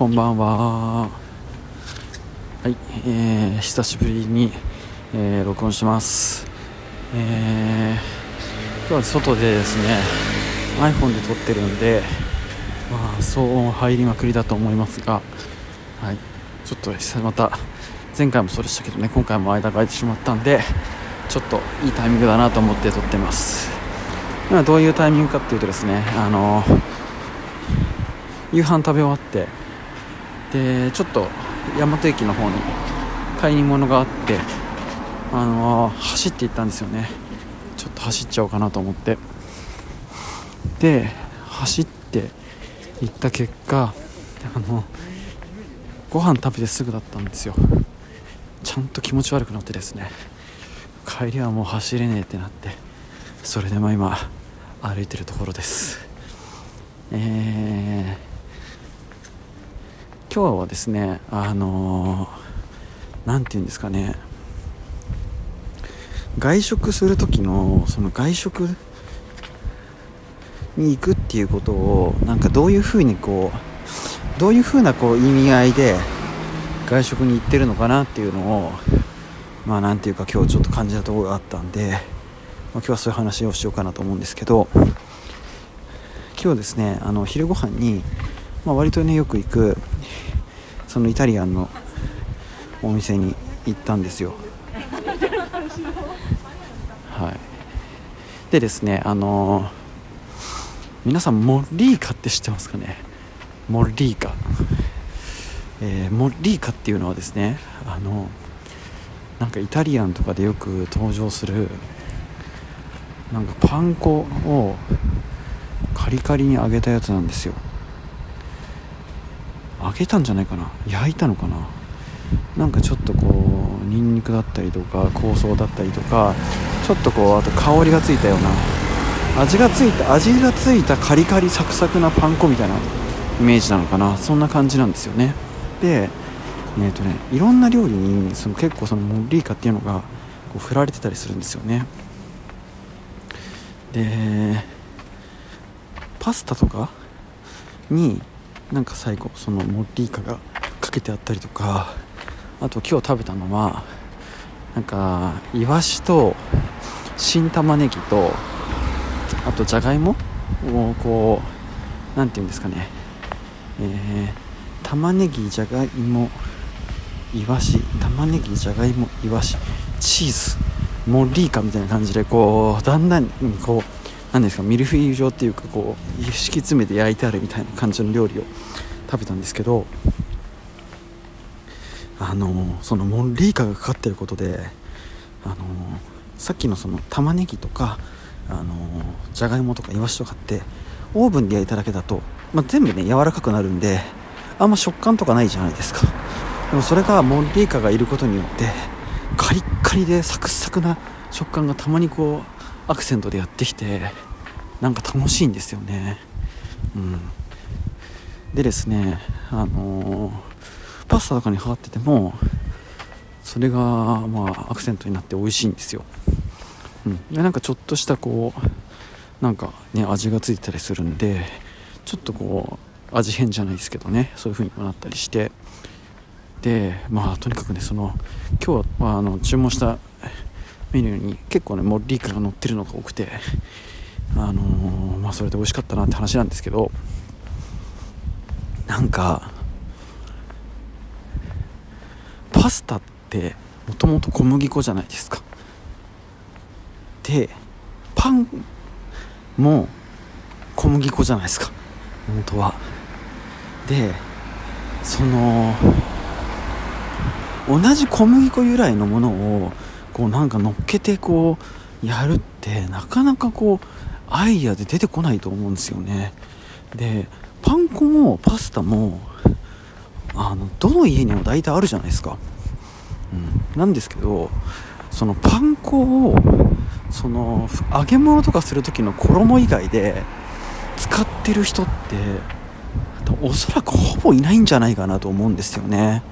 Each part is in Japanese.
こんばんは。はい、久しぶりに、録音します。今日は外でですね iPhone で撮ってるんで、騒音入りまくりだと思いますが、はい、ちょっとまた前回もそうでしたけどね、今回も間が空いてしまったんで、ちょっといいタイミングだなと思って撮ってます。今どういうタイミングかっていうとですね、夕飯食べ終わってでちょっと大和駅の方に買い物があって、走って行ったんですよね。ちょっと走っちゃおうかなと思って、で走って行った結果、ご飯食べてすぐだったんですよ。ちゃんと気持ち悪くなってですね、帰りはもう走れねえってなって、それで今歩いてるところです。今日はですね、なんていうんですかね、外食する時のその外食に行くっていうことをどういう風な意味合いで外食に行ってるのかなっていうのをなんていうか今日ちょっと感じたところがあったんで、今日はそういう話をしようかなと思うんですけど、今日ですね、昼ご飯に、割とねよく行くそのイタリアンのお店に行ったんですよ。はい。でですね、皆さんモリーカって知ってますかね。モリーカ、モリーカっていうのはですね、イタリアンとかでよく登場するパン粉をカリカリに揚げたやつなんですよ。揚げたんじゃないかな、焼いたのかな、ちょっとニンニクだったりとか香草だったりとか、ちょっとあと香りがついたような味がついたカリカリサクサクなパン粉みたいなイメージなのかな。そんな感じなんですよね。でいろんな料理に結構そのモリーカっていうのが振られてたりするんですよね。でパスタとかに最後そのモリーカがかけてあったりとか、あと今日食べたのはイワシと新玉ねぎと、あとじゃがいもをなんていうんですかね、玉ねぎじゃがいもイワシ、玉ねぎじゃがいもイワシチーズモリーカみたいな感じでだんだんなんですか、ミルフィーユ状っていうか敷き詰めて焼いてあるみたいな感じの料理を食べたんですけど、そのモリーカがかかってることで、さっきのその玉ねぎとかじゃがいもとかイワシとかってオーブンで焼いただけだと、全部ね柔らかくなるんであんま食感とかないじゃないですか。でもそれがモリーカがいることによってカリッカリでサクサクな食感がたまにアクセントでやってきて楽しいんですよね。でですね、パスタとかにかかっててもそれがアクセントになって美味しいんですよ。でちょっとした味がついてたりするんで、ちょっと味変じゃないですけどね、そういう風にもなったりして、でとにかくね、今日は注文したメニューに結構ねモリーカが乗ってるのが多くて、それで美味しかったなって話なんですけど、パスタってもともと小麦粉じゃないですか。でパンも小麦粉じゃないですか、本当は。で同じ小麦粉由来のものを乗っけてやるってなかなかアイデアで出てこないと思うんですよね。でパン粉もパスタもどの家にも大体あるじゃないですか。なんですけど、そのパン粉を揚げ物とかする時の衣以外で使ってる人っておそらくほぼいないんじゃないかなと思うんですよね。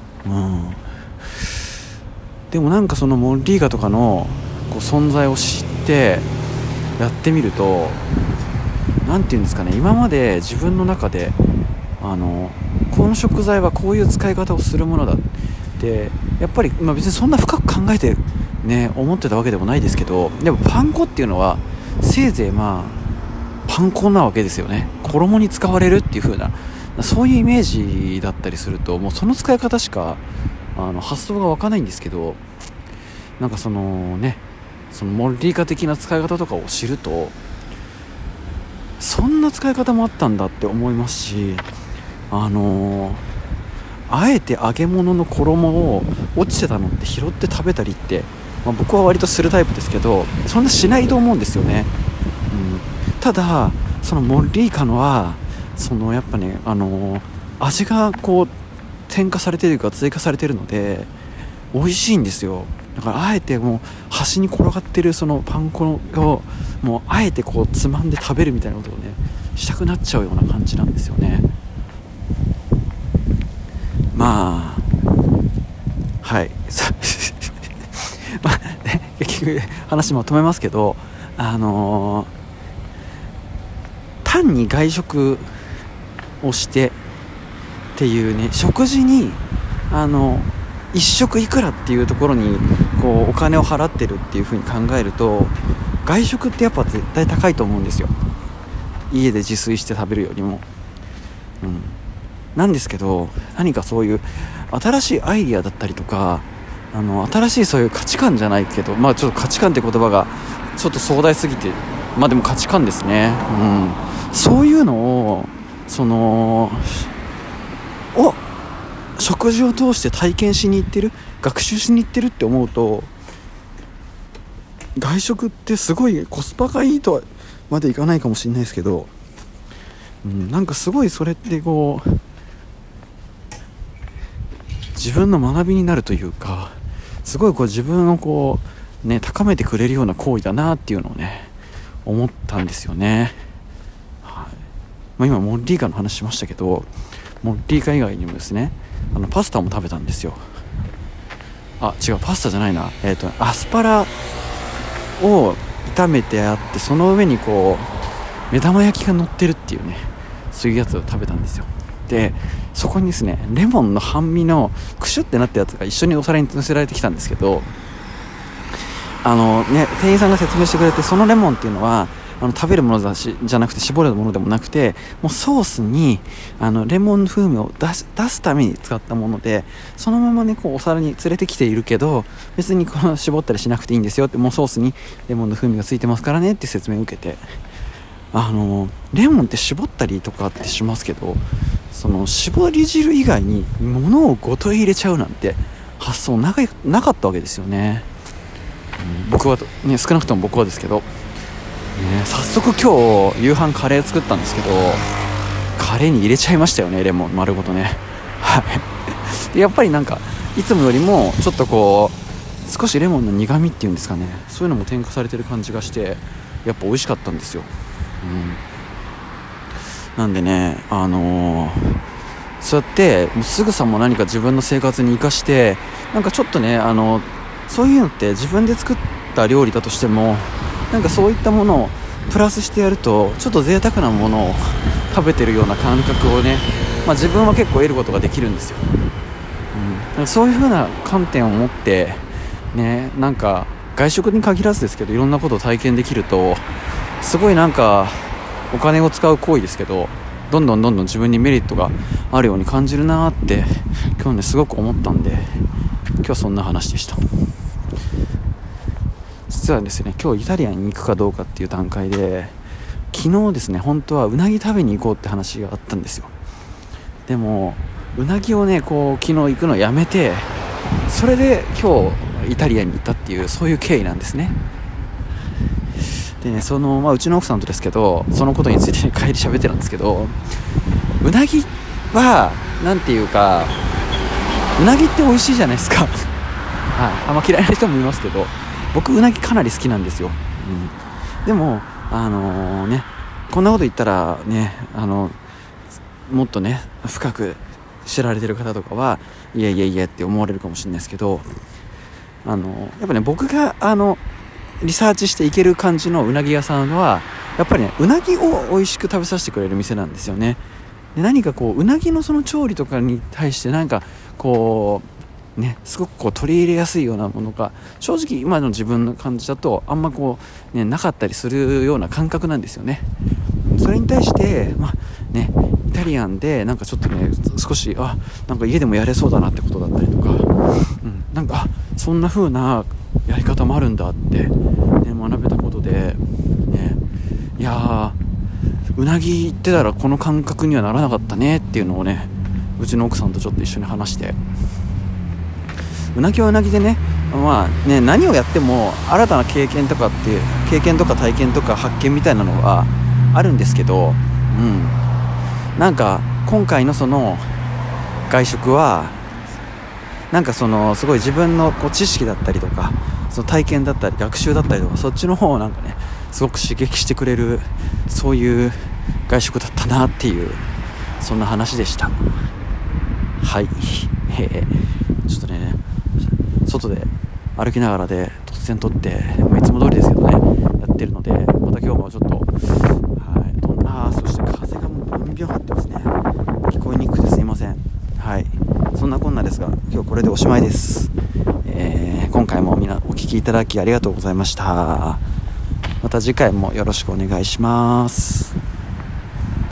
でもそのモリーカとかの存在を知ってやってみると、なんていうんですかね、今まで自分の中でこの食材はこういう使い方をするものだってやっぱり、別にそんな深く考えてね思ってたわけでもないですけど、でもパン粉っていうのはせいぜいパン粉なわけですよね。衣に使われるっていう風なそういうイメージだったりすると、もうその使い方しか発想が湧かないんですけど、なんかそのモルディカ的な使い方とかを知ると、そんな使い方もあったんだって思いますし、あえて揚げ物の衣を落ちてたのって拾って食べたりって、僕は割とするタイプですけど、そんなしないと思うんですよね。ただそのモルディカのはやっぱね、味がこう添加されているか追加されているので美味しいんですよ。だからあえてもう端に転がってるそのパン粉をもうあえてこうつまんで食べるみたいなことをねしたくなっちゃうような感じなんですよね。はい結局話まとめますけど、単に外食をしてっていうね、食事に一食いくらっていうところにこうお金を払ってるっていう風に考えると、外食ってやっぱ絶対高いと思うんですよ、家で自炊して食べるよりも。なんですけど、何かそういう新しいアイディアだったりとか、新しいそういう価値観じゃないけど、ちょっと価値観って言葉がちょっと壮大すぎて、でも価値観ですね。そういうのを食事を通して体験しに行ってる、学習しに行ってるって思うと、外食ってすごいコスパがいいとはまでいかないかもしれないですけど、なんかすごいそれってこう自分の学びになるというか、すごいこう自分をこうね高めてくれるような行為だなっていうのをね思ったんですよね。今モルディカの話しましたけど、モルディカ以外にもですね、パスタも食べたんですよ。違う、パスタじゃないな、アスパラを炒めてあって、その上にこう目玉焼きが乗ってるっていうね、そういうやつを食べたんですよ。でそこにですね、レモンの半身のクシュってなったやつが一緒にお皿に乗せられてきたんですけど、店員さんが説明してくれて、そのレモンっていうのは食べるものじゃなくて絞るものでもなくて、もうソースにレモンの風味を出すために使ったもので、そのままねこうお皿に連れてきているけど、別にこの絞ったりしなくていいんですよって、もうソースにレモンの風味がついてますからねって説明を受けて、レモンって絞ったりとかってしますけど、その絞り汁以外に物をごと入れちゃうなんて発想なかったわけですよね。僕はね、少なくとも僕はですけど、早速今日夕飯カレー作ったんですけど、カレーに入れちゃいましたよね、レモン丸ごとね。でやっぱりなんかいつもよりもちょっとこう少しレモンの苦味っていうんですかね、そういうのも添加されてる感じがして、やっぱ美味しかったんですよ。なんでね、そうやってもうすぐさま何か自分の生活に生かして、なんかちょっとねそういうのって自分で作った料理だとしても、なんかそういったものをプラスしてやると、ちょっと贅沢なものを食べてるような感覚をね、自分は結構得ることができるんですよ。そういう風な観点を持ってね、なんか外食に限らずですけど、いろんなことを体験できると、すごいなんかお金を使う行為ですけど、どんどん自分にメリットがあるように感じるなって今日ねすごく思ったんで、今日はそんな話でした。実はですね、今日イタリアンに行くかどうかっていう段階で、昨日ですね、本当はうなぎ食べに行こうって話があったんですよ。でもうなぎをねこう昨日行くのやめて、それで今日イタリアンに行ったっていう、そういう経緯なんですね。でね、うちの奥さんとですけど、そのことについて、帰り喋ってたんですけど、うなぎはなんていうか、うなぎって美味しいじゃないですか嫌いな人もいますけど、僕うなぎかなり好きなんですよ。でもこんなこと言ったらね、もっとね深く知られてる方とかはいやって思われるかもしれないですけど、やっぱね、僕がリサーチしていける感じのうなぎ屋さんは、やっぱりねうなぎを美味しく食べさせてくれる店なんですよね。 で何かこううなぎのその調理とかに対してなんかこうねすごくこう取り入れやすいようなものが正直今の自分の感じだとあんまこう、ね、なかったりするような感覚なんですよね。それに対してねイタリアンでなんかちょっとね少しなんか家でもやれそうだなってことだったりとか、なんかそんな風なやり方もあるんだって、ね、学べたことで、ね、いやうなぎ行ってたらこの感覚にはならなかったねっていうのをねうちの奥さんとちょっと一緒に話して、うなぎはうなぎでね、何をやっても新たな経験とか体験とか発見みたいなのはあるんですけど、なんか今回のその外食はなんかそのすごい自分のこう知識だったりとかその体験だったり学習だったりとかそっちの方をなんかねすごく刺激してくれるそういう外食だったなっていうそんな話でした。はい、ちょっとね外で歩きながらで突然撮っていつも通りですけどねやってるのでまた今日もちょっとそして風がもうビュンビュン張ってますね。聞こえにくくてすいません。はい、そんなこんなですが今日これでおしまいです。今回もみんなお聞きいただきありがとうございました。また次回もよろしくお願いします。